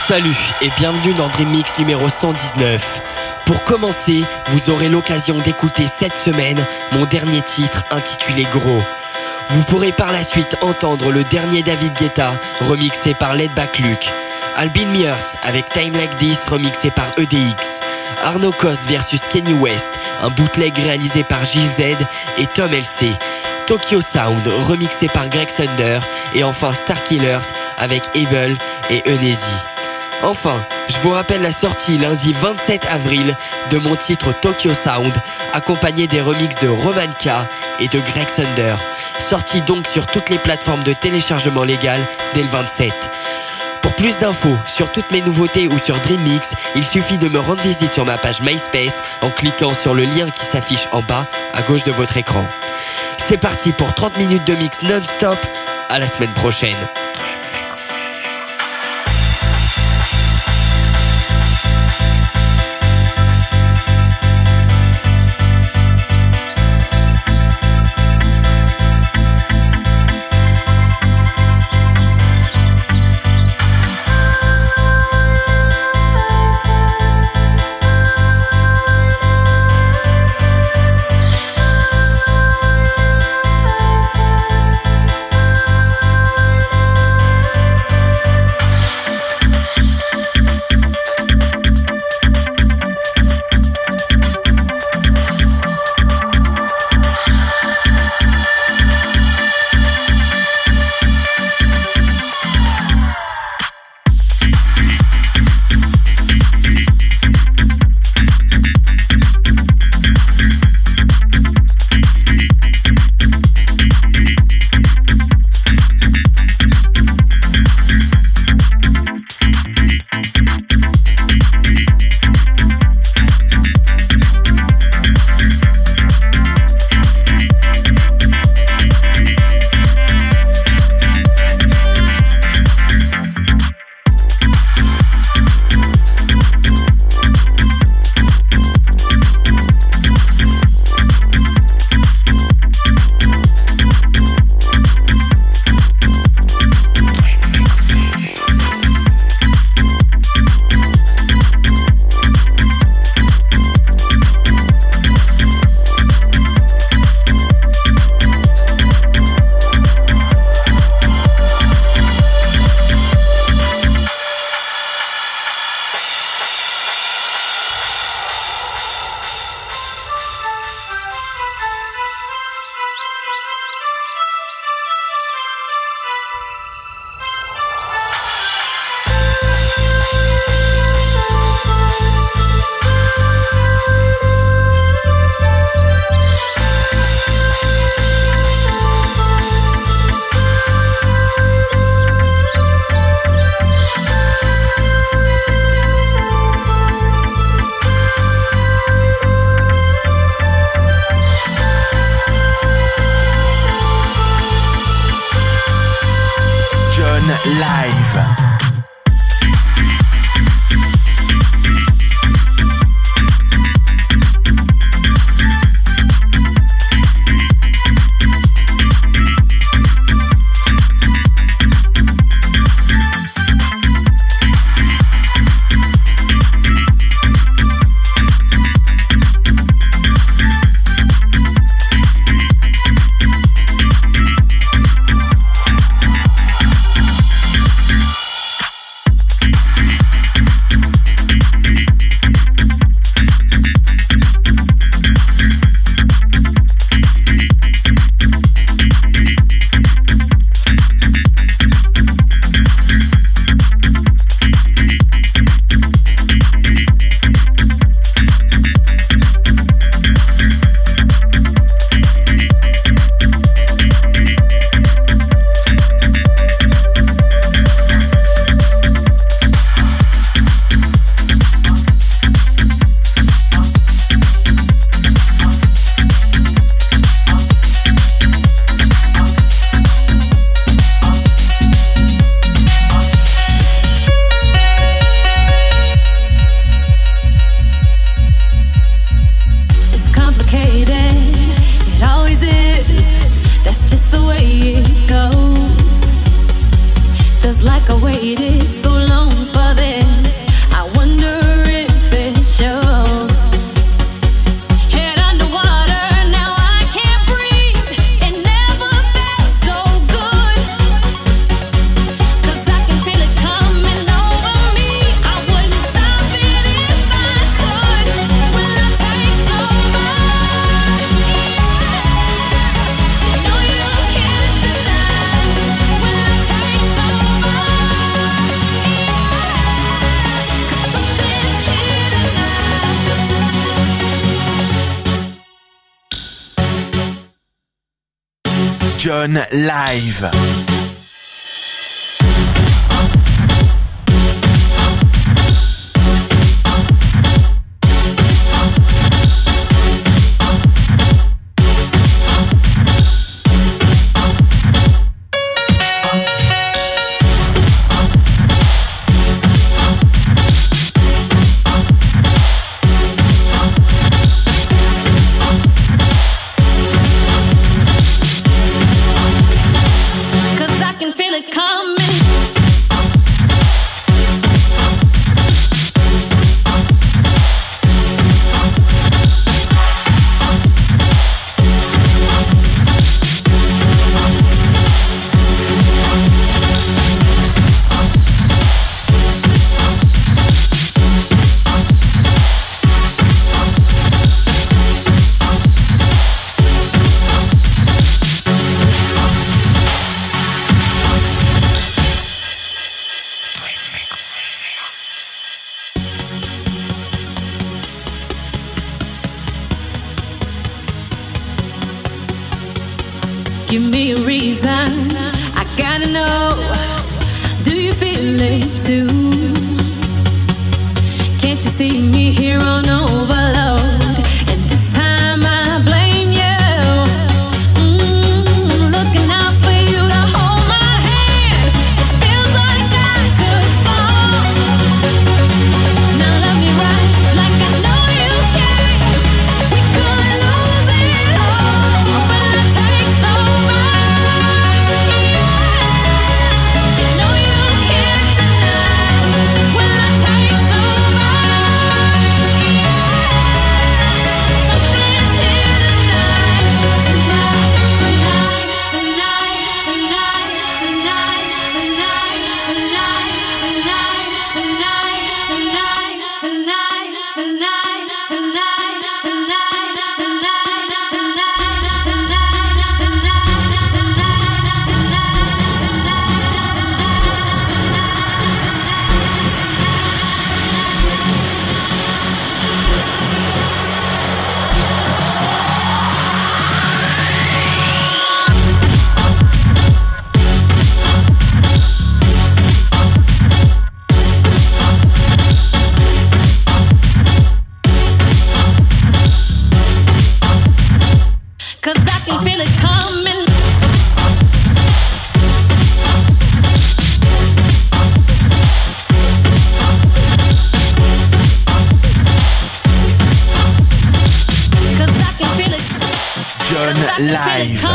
Salut et bienvenue dans Dream Mix numéro 119. Pour commencer, vous aurez l'occasion d'écouter cette semaine mon dernier titre intitulé Gros. Vous pourrez par la suite entendre le dernier David Guetta remixé par Laidback Luke, Albin Mears avec Time Like This remixé par EDX, Arno Cost versus Kanye West, un bootleg réalisé par Gil Z et Tom LC, Tokyo Sound remixé par Greg Thunder et enfin Starkillers avec Abel et Eunezi. Enfin, je vous rappelle la sortie lundi 27 avril de mon titre Tokyo Sound, accompagné des remixes de Roman K et de Greg Thunder, sorti donc sur toutes les plateformes de téléchargement légal dès le 27. Pour plus d'infos sur toutes mes nouveautés ou sur Dream Mix, il suffit de me rendre visite sur ma page MySpace en cliquant sur le lien qui s'affiche en bas à gauche de votre écran. C'est parti pour 30 minutes de mix non-stop, à la semaine prochaine. John Live. Give me a reason, I gotta know. Do you feel it too? Can't you see me here on overload? And this time I blame you. Looking out for you to hold my hand. It feels like I could fall. Now love me right, like I know you can. We could lose it all, but I take so much. You know you can't deny when I take so John Live.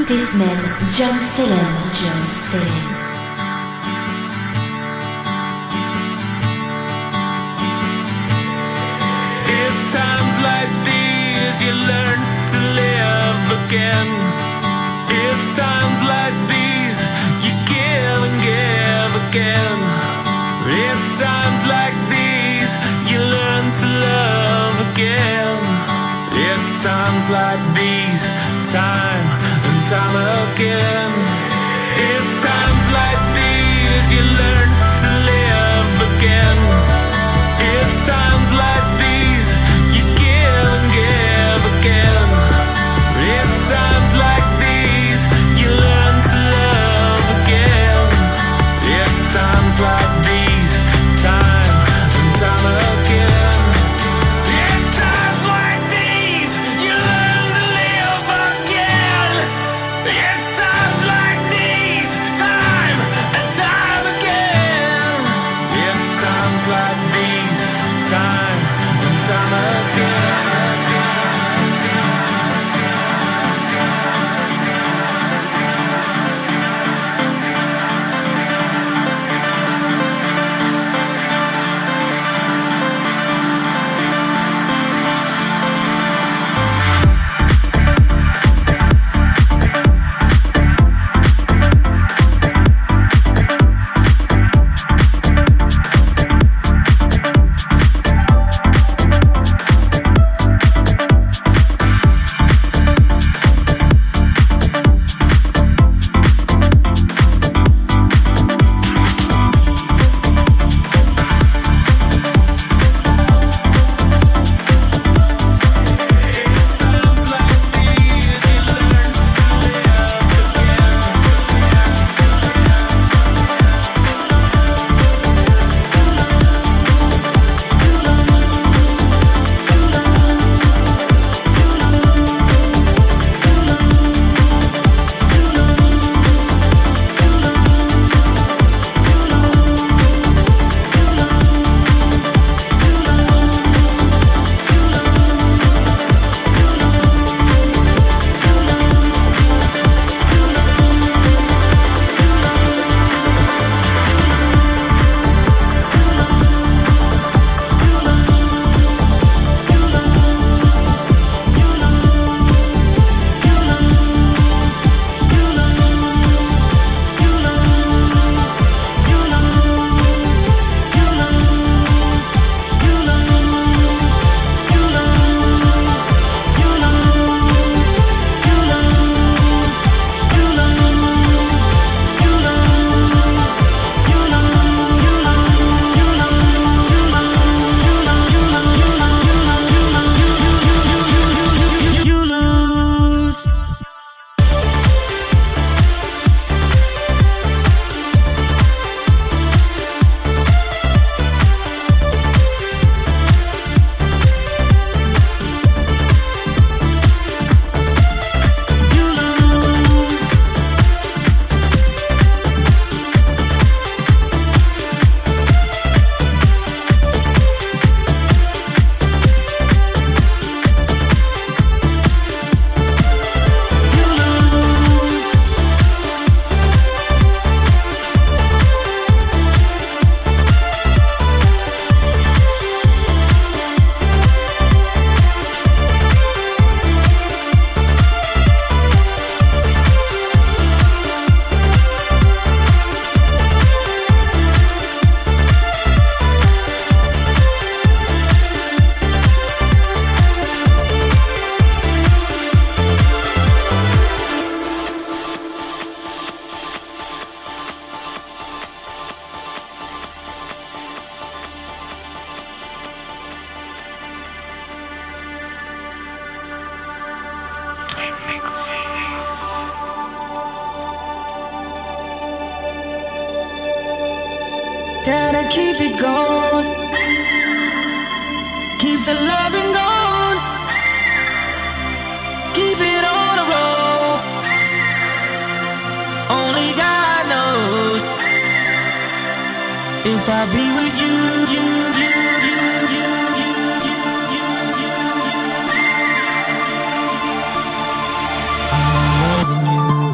Toutes les semaines, John Selem. It's times like these you learn to live again. It's times like these you give and give again. It's times like these you learn to love again. It's times like these, time and time again. It's times like these you learn to live again. It's times like these you give and give again. It's times like these you learn to love again. It's times like these, time and time again. It's times like these you learn to live again. It's times like these, time and time again. It's times like these, time and time again. Gotta keep it going. Keep the loving going. Keep it on the road. Only God knows if I be with you. I'm loving you.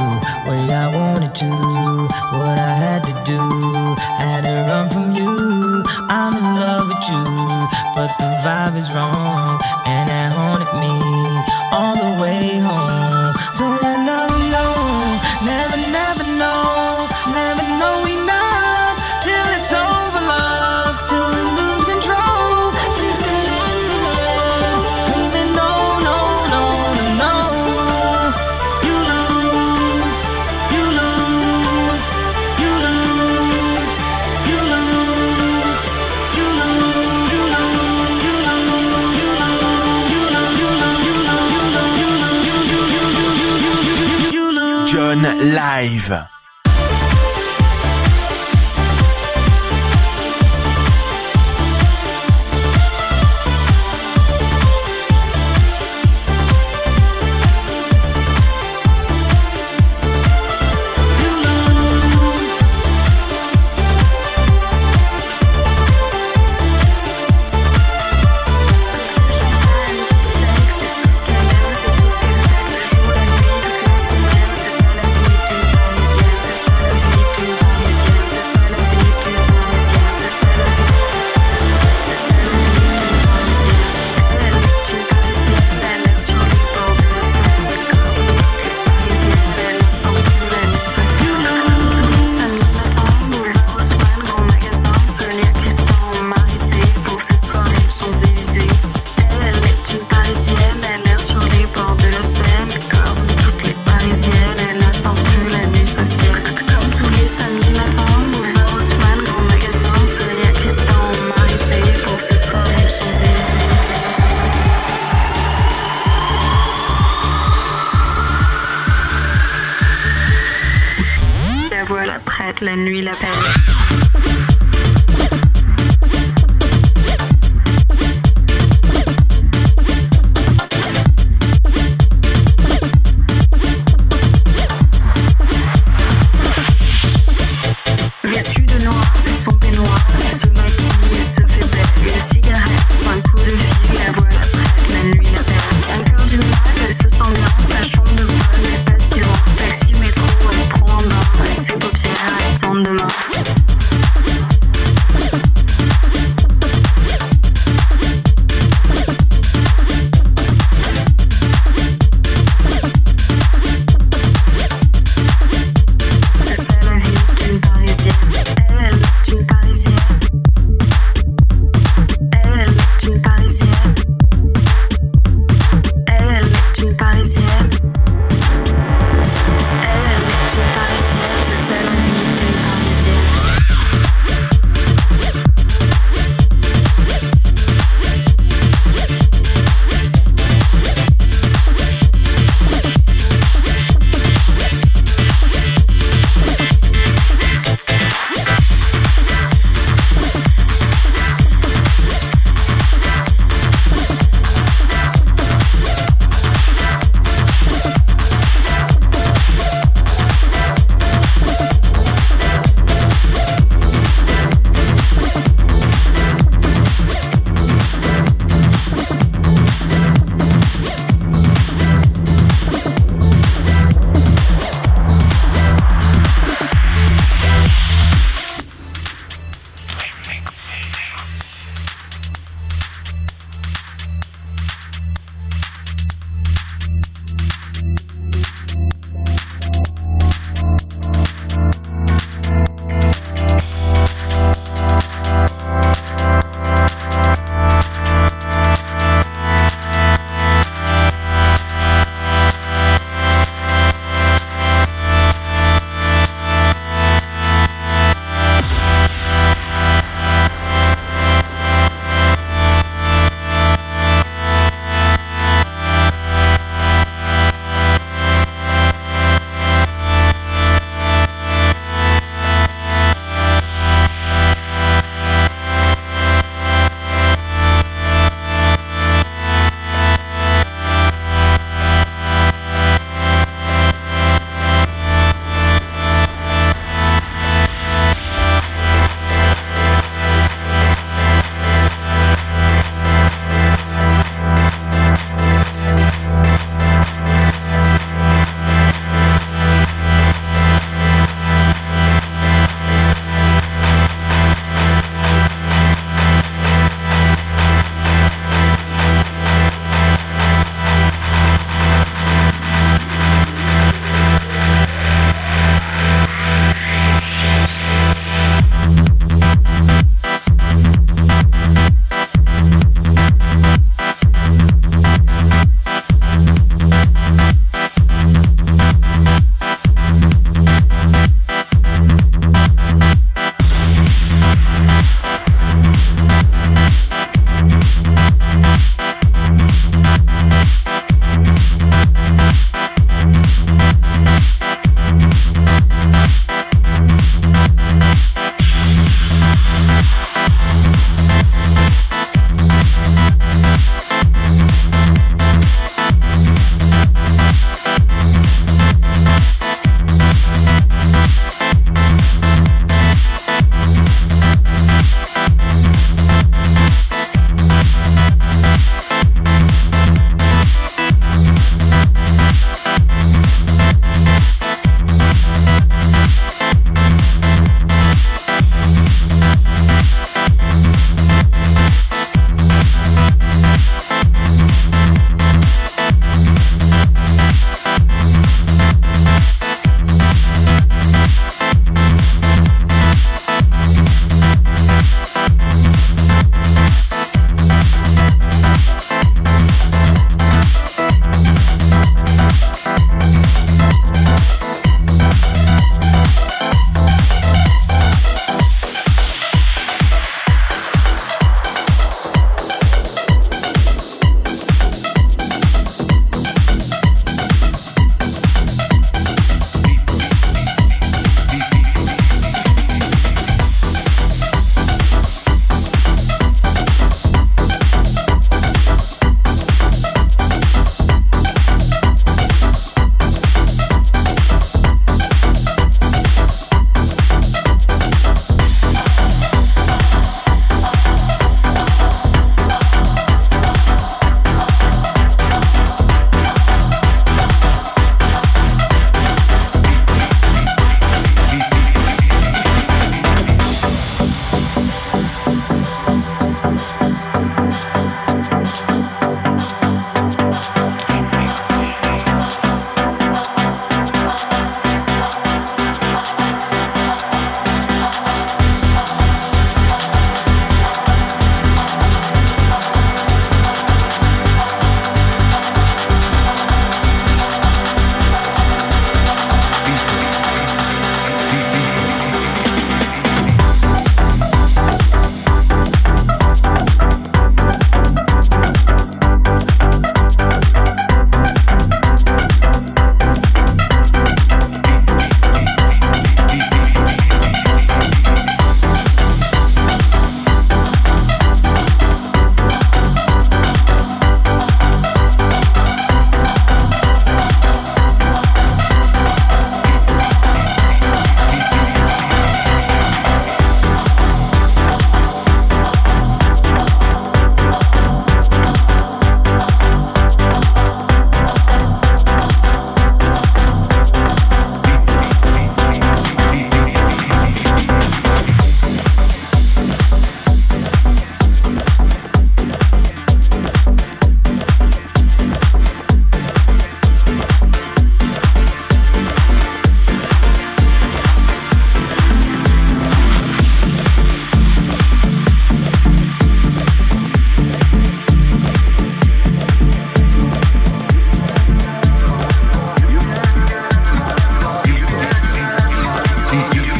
Live. La nuit l'appelle. Vêtue de noir, sous son peignoir, elle se maquille et se fait belle. Une cigarette, un coup de fil, la voilà prête, la nuit l'appelle. 5 heures du mat, elle se sent bien, sa chambre de bonne, elle passion. Taxi, métro, elle prend un bain, et ses paupières attendent demain.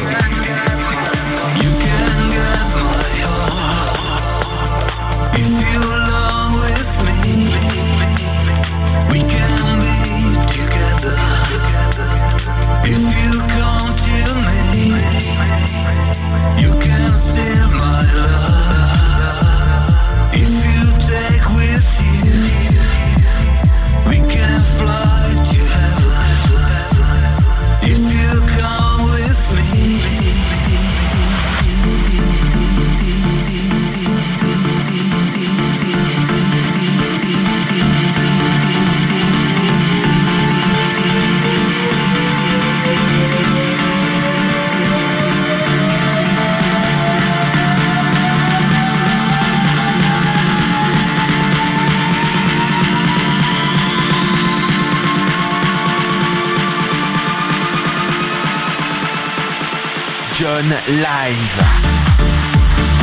You can get my heart if you along with me. We can be together if you come to me. You can steal my love if you take with you. We can fly to heaven if you come with me. John Live.